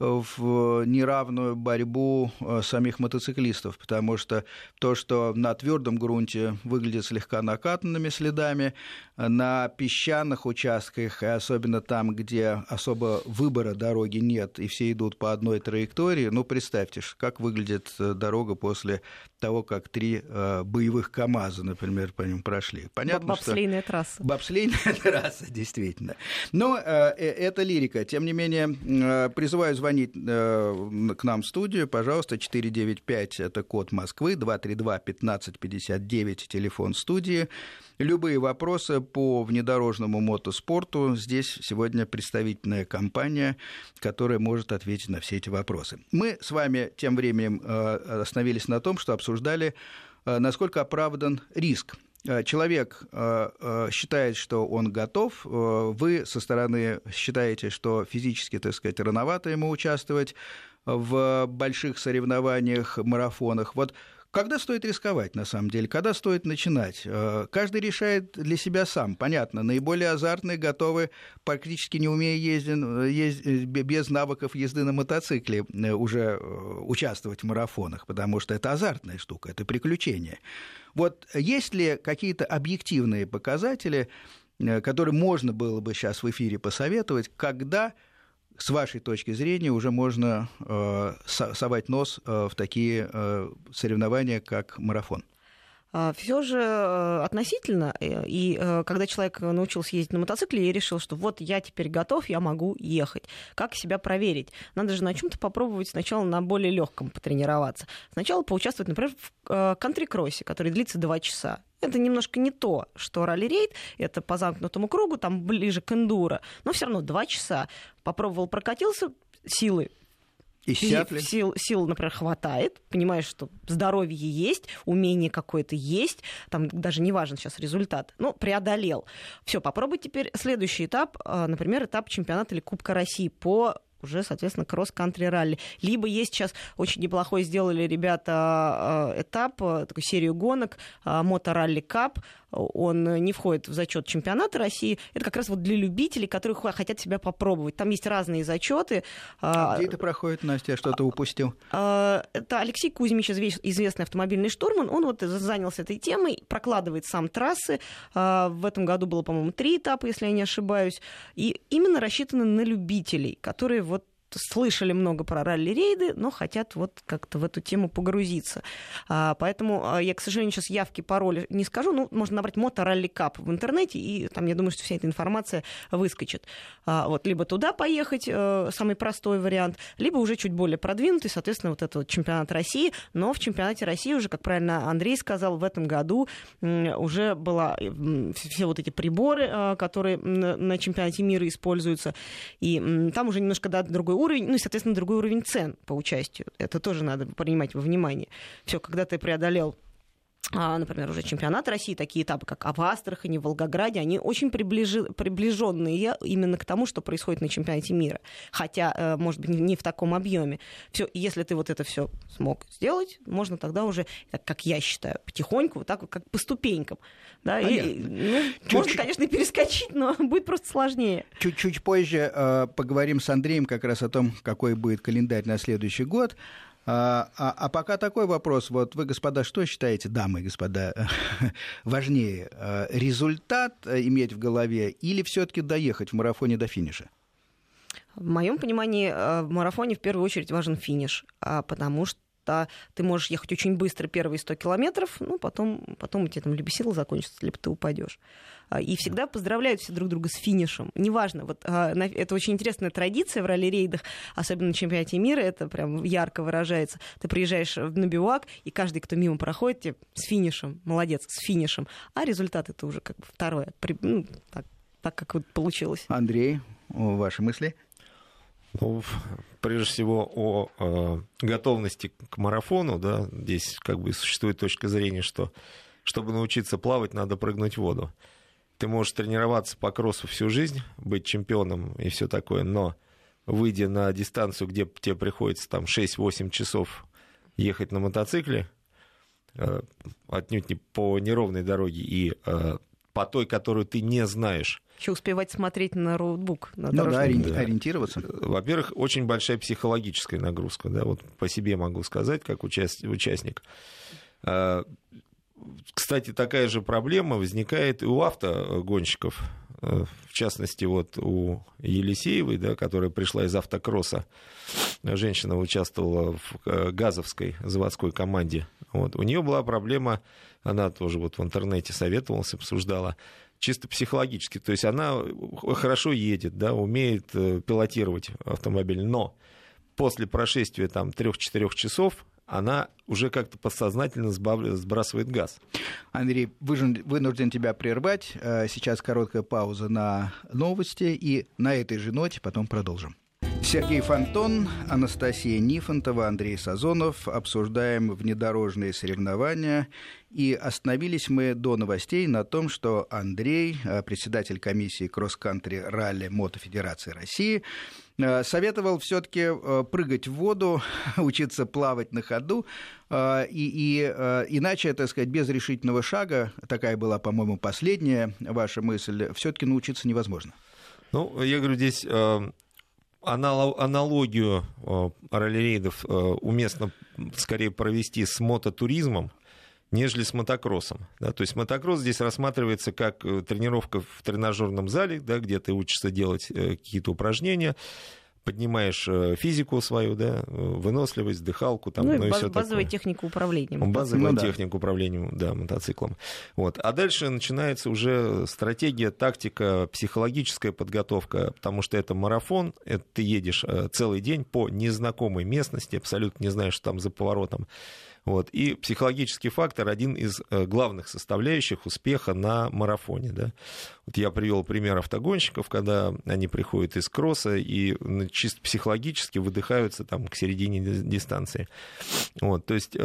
[SPEAKER 1] в неравную борьбу самих мотоциклистов, потому что то, что на твердом грунте выглядит слегка накатанными следами, на песчаных участках, и особенно там, где особо выбора дороги нет, и все идут по одной траектории, ну, представьте, как выглядит дорога после того, как три боевых КАМАЗа, например, по ним прошли. Понятно,
[SPEAKER 2] бобслейная
[SPEAKER 1] что...
[SPEAKER 2] трасса.
[SPEAKER 1] Бобслейная трасса, действительно. Но это лирика. Тем не менее, призываю звонить звонить э, к нам в студию, пожалуйста, четыре девять пять, это код Москвы, два три два пятнадцать пятьдесят девять, телефон студии. Любые вопросы по внедорожному мотоспорту. Здесь сегодня представительная компания, которая может ответить на все эти вопросы. Мы с вами тем временем э, остановились на том, что обсуждали, э, насколько оправдан риск. Человек считает, что он готов, вы со стороны считаете, что физически, так сказать, рановато ему участвовать в больших соревнованиях, марафонах. Вот когда стоит рисковать, на самом деле, когда стоит начинать? Каждый решает для себя сам, понятно. Наиболее азартные готовы, практически не умея ездить, ездить без навыков езды на мотоцикле, уже участвовать в марафонах, потому что это азартная штука, это приключение. Вот есть ли какие-то объективные показатели, которые можно было бы сейчас в эфире посоветовать, когда, с вашей точки зрения, уже можно э, совать нос э, в такие э, соревнования, как марафон?
[SPEAKER 2] Все же относительно, и когда человек научился ездить на мотоцикле, я решил, что вот я теперь готов, я могу ехать. Как себя проверить? Надо же на чем-то попробовать сначала на более легком потренироваться. Сначала поучаствовать, например, в кантри-кроссе, который длится два часа. Это немножко не то, что ралли-рейд, это по замкнутому кругу, там ближе к эндуро, но все равно два часа. Попробовал, прокатился, силы Сил, сил, например, хватает, понимаешь, что здоровье есть, умение какое-то есть, там даже не важен сейчас результат, но преодолел. Все, попробуй теперь следующий этап, например, этап чемпионата или Кубка России по уже, соответственно, кросс-кантри-ралли. Либо есть сейчас очень неплохой сделали ребята этап, такую серию гонок, Мото-ралли Кап. Он не входит в зачет чемпионата России. Это как раз вот для любителей, которые хотят себя попробовать. Там есть разные зачеты.
[SPEAKER 1] А где это проходит, Настя? Я что-то упустил.
[SPEAKER 2] Это Алексей Кузьмич, известный автомобильный штурман. Он вот занялся этой темой, прокладывает сам трассы. В этом году было, по-моему, три этапа, если я не ошибаюсь. И именно рассчитаны на любителей, которые вот слышали много про ралли-рейды, но хотят вот как-то в эту тему погрузиться. А, поэтому я, к сожалению, сейчас явки, пароли не скажу. Ну, можно набрать Мото-ралли Кап в интернете, и там, я думаю, что вся эта информация выскочит. А, вот, либо туда поехать, э, самый простой вариант, либо уже чуть более продвинутый, соответственно, вот этот вот чемпионат России. Но в чемпионате России уже, как правильно Андрей сказал, в этом году э, уже была э, все вот эти приборы, э, которые на, на чемпионате мира используются, и э, там уже немножко да, другой уровень, ну и, соответственно, другой уровень цен по участию. Это тоже надо принимать во внимание. Все, когда ты преодолел, например, уже чемпионат России, такие этапы, как в Астрахани, в Волгограде, они очень приближи, приближенные именно к тому, что происходит на чемпионате мира. Хотя, может быть, не в таком объеме. Все, если ты вот это все смог сделать, можно тогда уже, как я считаю, потихоньку, вот так вот, как по ступенькам. Да, и, ну, можно, конечно, перескочить, но будет просто сложнее.
[SPEAKER 1] Чуть-чуть позже э, поговорим с Андреем как раз о том, какой будет календарь на следующий год. А, а, а пока такой вопрос. Вот вы, господа, что считаете, дамы и господа, важнее? Результат иметь в голове или все-таки доехать в марафоне до финиша?
[SPEAKER 2] В моем понимании в марафоне в первую очередь важен финиш, потому что ты можешь ехать очень быстро первые сто километров, ну, потом, потом у тебя там либо силы закончатся, либо ты упадешь. И всегда поздравляют все друг друга с финишем. Неважно, вот, это очень интересная традиция в ралли-рейдах, особенно на чемпионате мира, это прям ярко выражается. Ты приезжаешь на бивак, и каждый, кто мимо проходит, тебе с финишем, молодец, с финишем. А результат это уже как бы второе, ну, так, так как вот получилось.
[SPEAKER 1] Андрей, ваши мысли?
[SPEAKER 3] Ну, прежде всего, о э, готовности к марафону, да, здесь как бы существует точка зрения, что чтобы научиться плавать, надо прыгнуть в воду. Ты можешь тренироваться по кроссу всю жизнь, быть чемпионом и все такое, но выйдя на дистанцию, где тебе приходится там шесть-восемь часов ехать на мотоцикле, отнюдь не по неровной дороге, и по той, которую ты не знаешь.
[SPEAKER 2] Еще успевать смотреть на ноутбук. На
[SPEAKER 1] ну да, ори-
[SPEAKER 3] да,
[SPEAKER 1] ориентироваться.
[SPEAKER 3] Во-первых, очень большая психологическая нагрузка. Да, вот по себе могу сказать, как участ- участник. Кстати, такая же проблема возникает и у автогонщиков. В частности, вот у Елисеевой, да, которая пришла из автокросса, женщина участвовала в газовской заводской команде. Вот. У нее была проблема, она тоже вот в интернете советовалась, обсуждала, чисто психологически. То есть она хорошо едет, да, умеет пилотировать автомобиль, но после прошествия там, трех-четырех часов она уже как-то подсознательно сбрасывает газ.
[SPEAKER 1] Андрей, вынужден тебя прервать. Сейчас короткая пауза на новости, и на этой же ноте потом продолжим. Сергей Фонтон, Анастасия Нифонтова, Андрей Сазонов. Обсуждаем внедорожные соревнования. И остановились мы до новостей на том, что Андрей, председатель комиссии кросс-кантри ралли Мотофедерации России, советовал все-таки прыгать в воду, учиться плавать на ходу, и, и иначе, так сказать, без решительного шага, такая была, по-моему, последняя ваша мысль, все-таки научиться невозможно.
[SPEAKER 3] Ну, я говорю, здесь аналогию ралли-рейдов уместно скорее провести с мототуризмом, нежели с мотокроссом. Да? То есть мотокросс здесь рассматривается как тренировка в тренажерном зале, да, где ты учишься делать какие-то упражнения, поднимаешь физику свою, да, выносливость, дыхалку. Там,
[SPEAKER 2] ну,
[SPEAKER 3] ну
[SPEAKER 2] и
[SPEAKER 3] и
[SPEAKER 2] баз,
[SPEAKER 3] все
[SPEAKER 2] базовая
[SPEAKER 3] такое.
[SPEAKER 2] техника управления.
[SPEAKER 3] Базовая
[SPEAKER 1] ну,
[SPEAKER 3] техника да. управления да, мотоциклом. Вот. А дальше начинается уже стратегия, тактика, психологическая подготовка, потому что это марафон, это ты едешь целый день по незнакомой местности, абсолютно не знаешь, что там за поворотом. Вот. И психологический фактор — один из главных составляющих успеха на марафоне. Да. Вот я привел пример автогонщиков, когда они приходят из кросса и чисто психологически выдыхаются там, к середине дистанции. Вот. То есть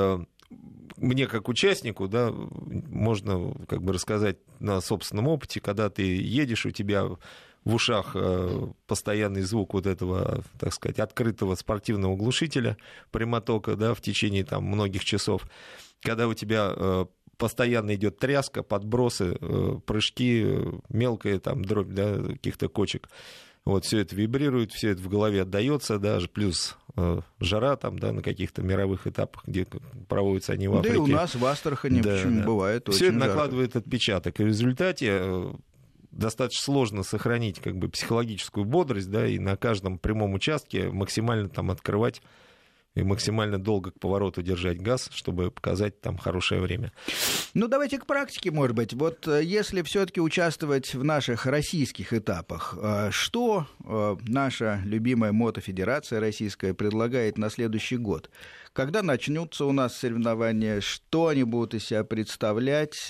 [SPEAKER 3] мне как участнику, да, можно как бы рассказать на собственном опыте, когда ты едешь, у тебя в ушах постоянный звук вот этого, так сказать, открытого спортивного глушителя прямотока, да, в течение там многих часов, когда у тебя постоянно идет тряска, подбросы, прыжки, мелкая там дробь, да, каких-то кочек. Вот все это вибрирует, все это в голове отдается, даже плюс э, жара там, да, на каких-то мировых этапах, где проводятся они в Африке.
[SPEAKER 1] Да и у нас в Астрахани
[SPEAKER 3] да,
[SPEAKER 1] почему
[SPEAKER 3] да.
[SPEAKER 1] бывает
[SPEAKER 3] все
[SPEAKER 1] очень
[SPEAKER 3] это
[SPEAKER 1] жарко.
[SPEAKER 3] накладывает отпечаток. И в результате э, достаточно сложно сохранить как бы психологическую бодрость, да, и на каждом прямом участке максимально там открывать и максимально долго к повороту держать газ, чтобы показать там хорошее время.
[SPEAKER 1] Ну, давайте к практике, может быть. Вот если все-таки участвовать в наших российских этапах, что наша любимая мотофедерация российская предлагает на следующий год? Когда начнутся у нас соревнования, что они будут из себя представлять,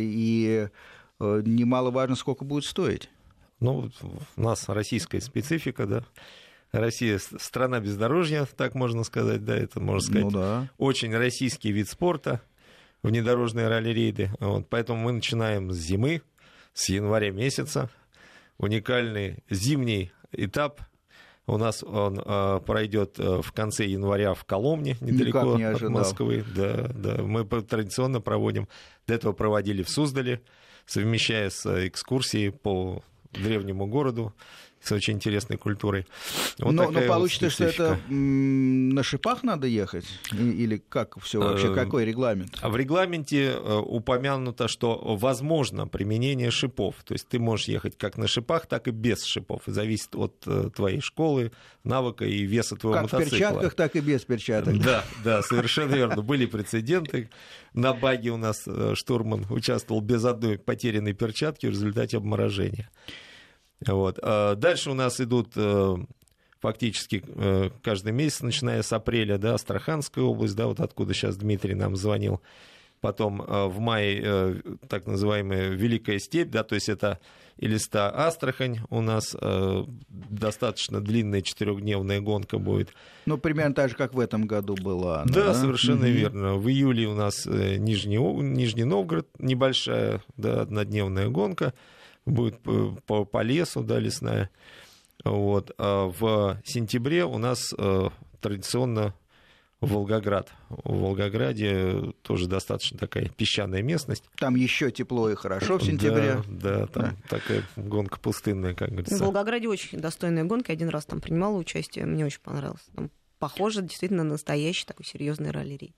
[SPEAKER 1] и немаловажно, сколько будет стоить?
[SPEAKER 3] Ну, у нас российская специфика, да. Россия — страна бездорожья, так можно сказать, да, это, можно сказать,
[SPEAKER 1] ну, да.
[SPEAKER 3] очень российский вид спорта, внедорожные ралли-рейды. Вот, поэтому мы начинаем с зимы, с января месяца. Уникальный зимний этап у нас он э, пройдет в конце января в Коломне, недалеко
[SPEAKER 1] не
[SPEAKER 3] от Москвы. Да, да, мы традиционно проводим, до этого проводили в Суздале, совмещая с экскурсией по древнему городу, с очень интересной культурой. Вот
[SPEAKER 1] но, но получится,
[SPEAKER 3] вот
[SPEAKER 1] что это м, на шипах надо ехать? Или как все вообще, какой регламент?
[SPEAKER 3] В регламенте упомянуто, что возможно применение шипов. То есть ты можешь ехать как на шипах, так и без шипов. Зависит от твоей школы, навыка и веса твоего
[SPEAKER 1] как
[SPEAKER 3] мотоцикла.
[SPEAKER 1] Как в перчатках, так и без перчаток.
[SPEAKER 3] Да, да, совершенно верно. Были прецеденты. На баге у нас штурман участвовал без одной потерянной перчатки в результате обморожения. Вот. Дальше у нас идут фактически каждый месяц, начиная с апреля, да, Астраханская область, да, вот откуда сейчас Дмитрий нам звонил. Потом в мае так называемая Великая степь, да, то есть это Элиста, Астрахань у нас достаточно длинная четырехдневная гонка будет.
[SPEAKER 1] Ну, примерно так же, как в этом году была.
[SPEAKER 3] Да,
[SPEAKER 1] да?
[SPEAKER 3] совершенно
[SPEAKER 1] mm-hmm.
[SPEAKER 3] верно. В июле у нас Нижний, Нижний Новгород, небольшая, да, однодневная гонка. Будет по, по лесу, да, лесная. Вот. А в сентябре у нас э, традиционно в Волгоград. В Волгограде тоже достаточно такая песчаная местность.
[SPEAKER 1] Там еще тепло и хорошо в сентябре.
[SPEAKER 3] Да, да, там да. такая гонка пустынная, как говорится.
[SPEAKER 2] В Волгограде очень достойная гонка. Один раз там принимала участие, мне очень понравилось. Там похоже действительно на настоящий такой серьезный ралли-рейд.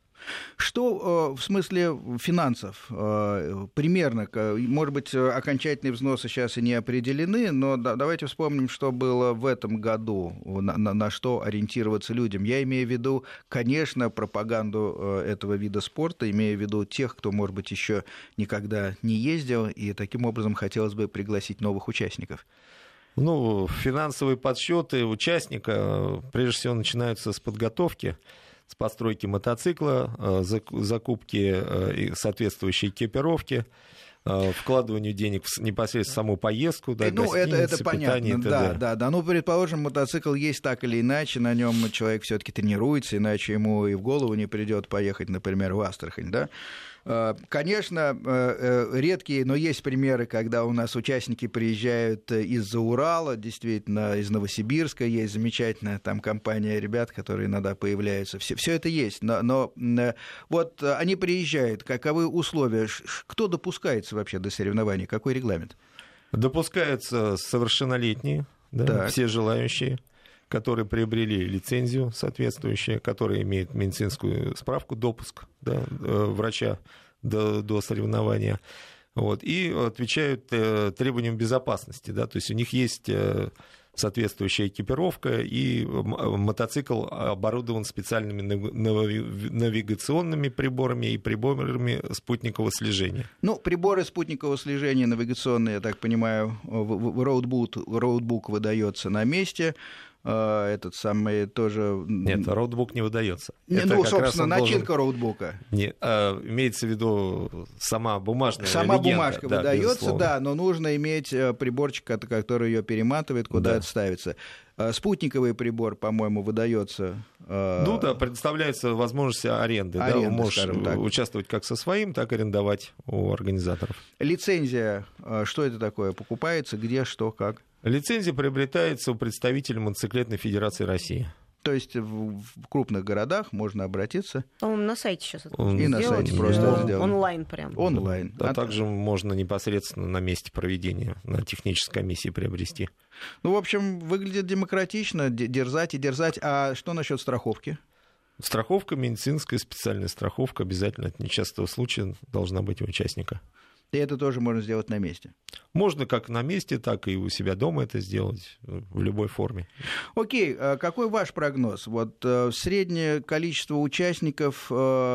[SPEAKER 1] Что в смысле финансов? Примерно, может быть, окончательные взносы сейчас и не определены, но давайте вспомним, что было в этом году, на, на, на что ориентироваться людям. Я имею в виду, конечно, пропаганду этого вида спорта, имею в виду тех, кто, может быть, еще никогда не ездил, и таким образом хотелось бы пригласить новых участников.
[SPEAKER 3] Ну, финансовые подсчеты участника, прежде всего, начинаются с подготовки, с постройки мотоцикла, закупки соответствующей экипировки, вкладыванию денег в непосредственно саму поездку, да,
[SPEAKER 1] ну, это, это понятно, да,
[SPEAKER 3] т.д.
[SPEAKER 1] да, да. Ну, предположим, мотоцикл есть так или иначе, на нем человек все-таки тренируется, иначе ему и в голову не придет поехать, например, в Астрахань, да. Конечно, редкие, но есть примеры, когда у нас участники приезжают из-за Урала, действительно, из Новосибирска, есть замечательная там компания ребят, которые иногда появляются. Все, все это есть, но, но вот они приезжают, каковы условия, кто допускается вообще до соревнований, какой регламент?
[SPEAKER 3] Допускаются совершеннолетние, да, все желающие, которые приобрели лицензию соответствующую, которые имеют медицинскую справку, допуск, да, врача до, до соревнования, вот, и отвечают требованиям безопасности. Да, то есть у них есть соответствующая экипировка, и мотоцикл оборудован специальными навигационными приборами и приборами спутникового слежения.
[SPEAKER 1] Ну, приборы спутникового слежения навигационные, я так понимаю, роутбук, роутбук выдается на месте. Этот самый тоже...
[SPEAKER 3] Нет, роутбук не выдается.
[SPEAKER 1] Не,
[SPEAKER 3] Это
[SPEAKER 1] ну, собственно, начинка должен... роутбука.
[SPEAKER 3] Не, а, имеется в виду сама бумажная
[SPEAKER 1] Сама
[SPEAKER 3] легенда.
[SPEAKER 1] бумажка да, выдается, безусловно. Да, но нужно иметь приборчик, который ее перематывает, куда да. это ставится. Спутниковый прибор, по-моему, выдается...
[SPEAKER 3] Ну да, предоставляется возможность аренды. аренды да, вы можете участвовать как со своим, так и арендовать у организаторов.
[SPEAKER 1] Лицензия, что это такое? Покупается, где, что, как?
[SPEAKER 3] Лицензия приобретается у представителя Мотоциклетной Федерации России.
[SPEAKER 1] То есть в крупных городах можно обратиться.
[SPEAKER 2] По-моему, на сайте сейчас это
[SPEAKER 1] можно И сделать. на сайте просто
[SPEAKER 2] да.
[SPEAKER 1] это сделано.
[SPEAKER 2] Онлайн прям.
[SPEAKER 1] Онлайн.
[SPEAKER 3] А, а также можно непосредственно на месте проведения, на технической комиссии приобрести.
[SPEAKER 1] Ну, в общем, выглядит демократично, дерзать и дерзать. А что насчет страховки?
[SPEAKER 3] Страховка, медицинская специальная страховка обязательно от несчастного случая должна быть у участника.
[SPEAKER 1] И это тоже можно сделать на месте?
[SPEAKER 3] Можно как на месте, так и у себя дома это сделать в любой форме.
[SPEAKER 1] Окей, какой ваш прогноз? Вот среднее количество участников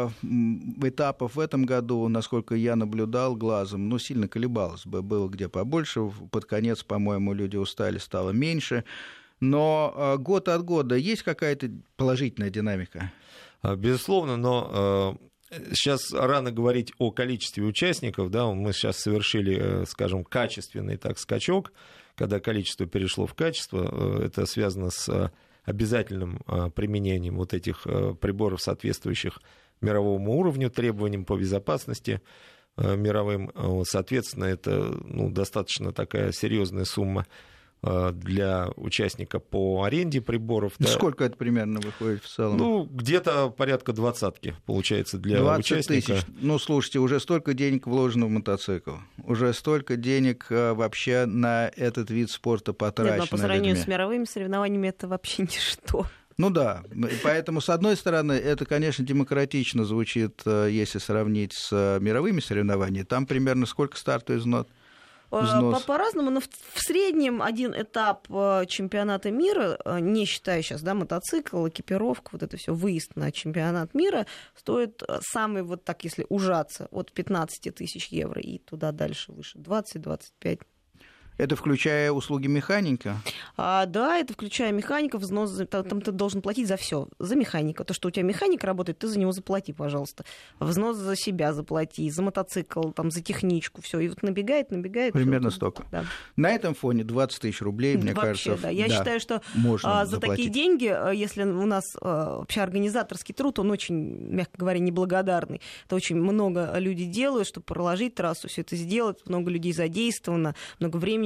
[SPEAKER 1] этапов в этом году, насколько я наблюдал глазом, ну, сильно колебалось. Было где побольше, под конец, по-моему, люди устали, стало меньше. Но год от года есть какая-то положительная динамика?
[SPEAKER 3] Безусловно, но... Сейчас рано говорить о количестве участников, да, мы сейчас совершили, скажем, качественный так, скачок, когда количество перешло в качество, это связано с обязательным применением вот этих приборов, соответствующих мировому уровню, требованиям по безопасности мировым, соответственно, это ну, достаточно такая серьезная сумма для участника по аренде приборов. Да.
[SPEAKER 1] Сколько это примерно выходит в целом?
[SPEAKER 3] Ну, где-то порядка двадцатки получается для
[SPEAKER 1] двадцать
[SPEAKER 3] участника.
[SPEAKER 1] Тысяч. Ну, слушайте, уже столько денег вложено в мотоцикл, уже столько денег вообще на этот вид спорта потрачено.
[SPEAKER 2] Нет, но по сравнению
[SPEAKER 1] людьми.
[SPEAKER 2] с мировыми соревнованиями это вообще ничто.
[SPEAKER 1] Ну да, поэтому, с одной стороны, это, конечно, демократично звучит, если сравнить с мировыми соревнованиями. Там примерно сколько стартовый взнос?
[SPEAKER 2] По- по-разному, но в, в среднем один этап чемпионата мира, не считая сейчас да, мотоцикл, экипировка, вот это все, выезд на чемпионат мира, стоит самый, вот так, если ужаться, от пятнадцать тысяч евро и туда дальше выше, двадцать-двадцать пять.
[SPEAKER 1] Это включая услуги механика?
[SPEAKER 2] А, да, это включая механика, взнос, там, там ты должен платить за все, за механика. То, что у тебя механик работает, ты за него заплати, пожалуйста. Взнос за себя заплати, за мотоцикл, там, за техничку, все. И вот набегает, набегает.
[SPEAKER 1] Примерно
[SPEAKER 2] всё.
[SPEAKER 1] столько.
[SPEAKER 2] Да.
[SPEAKER 1] На этом фоне двадцать тысяч рублей, мне
[SPEAKER 2] вообще,
[SPEAKER 1] кажется,
[SPEAKER 2] да. Я
[SPEAKER 1] да,
[SPEAKER 2] считаю, что
[SPEAKER 1] можно
[SPEAKER 2] а, за
[SPEAKER 1] заплатить.
[SPEAKER 2] такие деньги, если у нас а, вообще организаторский труд, он очень, мягко говоря, неблагодарный. Это очень много людей делают, чтобы проложить трассу, все это сделать, много людей задействовано, много времени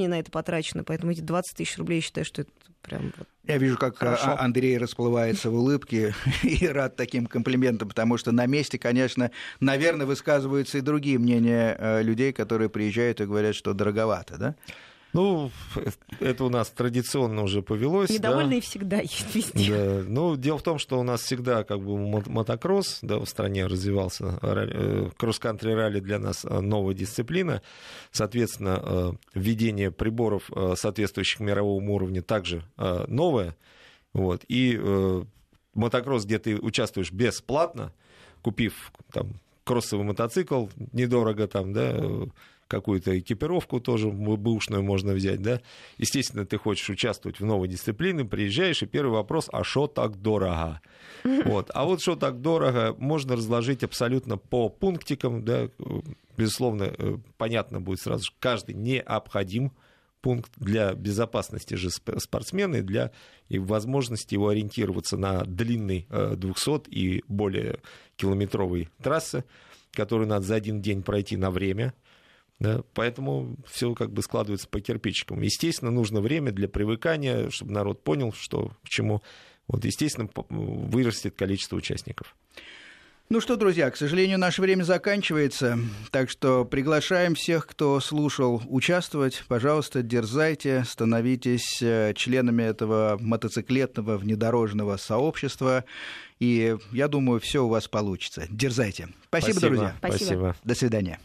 [SPEAKER 2] времени на это потрачено, поэтому эти двадцать тысяч рублей, я считаю, что это прям... Вот
[SPEAKER 1] я вижу, как
[SPEAKER 2] хорошо.
[SPEAKER 1] Андрей расплывается в улыбке и рад таким комплиментам, потому что на месте, конечно, наверное, высказываются и другие мнения людей, которые приезжают и говорят, что дороговато, да?
[SPEAKER 3] Ну, это у нас традиционно уже повелось.
[SPEAKER 2] Недовольные
[SPEAKER 3] да?
[SPEAKER 2] всегда есть везде.
[SPEAKER 3] Да. Ну, дело в том, что у нас всегда как бы мотокросс, да, в стране развивался. Кросс-кантри ралли для нас новая дисциплина. Соответственно, введение приборов, соответствующих мировому уровню, также новое. Вот. И мотокросс, где ты участвуешь бесплатно, купив там кроссовый мотоцикл, недорого там, да, какую-то экипировку тоже бэушную можно взять, да. Естественно, ты хочешь участвовать в новой дисциплине, приезжаешь, и первый вопрос, а что так дорого? Вот. А вот что так дорого, можно разложить абсолютно по пунктикам, да. Безусловно, понятно будет сразу, что каждый необходим пункт для безопасности же спортсмена и для и возможности его ориентироваться на длинной двухсот и более километровой трассы, которую надо за один день пройти на время. Да, поэтому все как бы складывается по кирпичикам. Естественно, нужно время для привыкания, чтобы народ понял, что к чему. Вот, естественно, вырастет количество участников.
[SPEAKER 1] Ну что, друзья, к сожалению, наше время заканчивается, так что приглашаем всех, кто слушал, участвовать. Пожалуйста, дерзайте, становитесь членами этого мотоциклетного внедорожного сообщества, и я думаю, все у вас получится. Дерзайте. Спасибо,
[SPEAKER 3] Спасибо,
[SPEAKER 1] друзья.
[SPEAKER 3] Спасибо.
[SPEAKER 1] До свидания.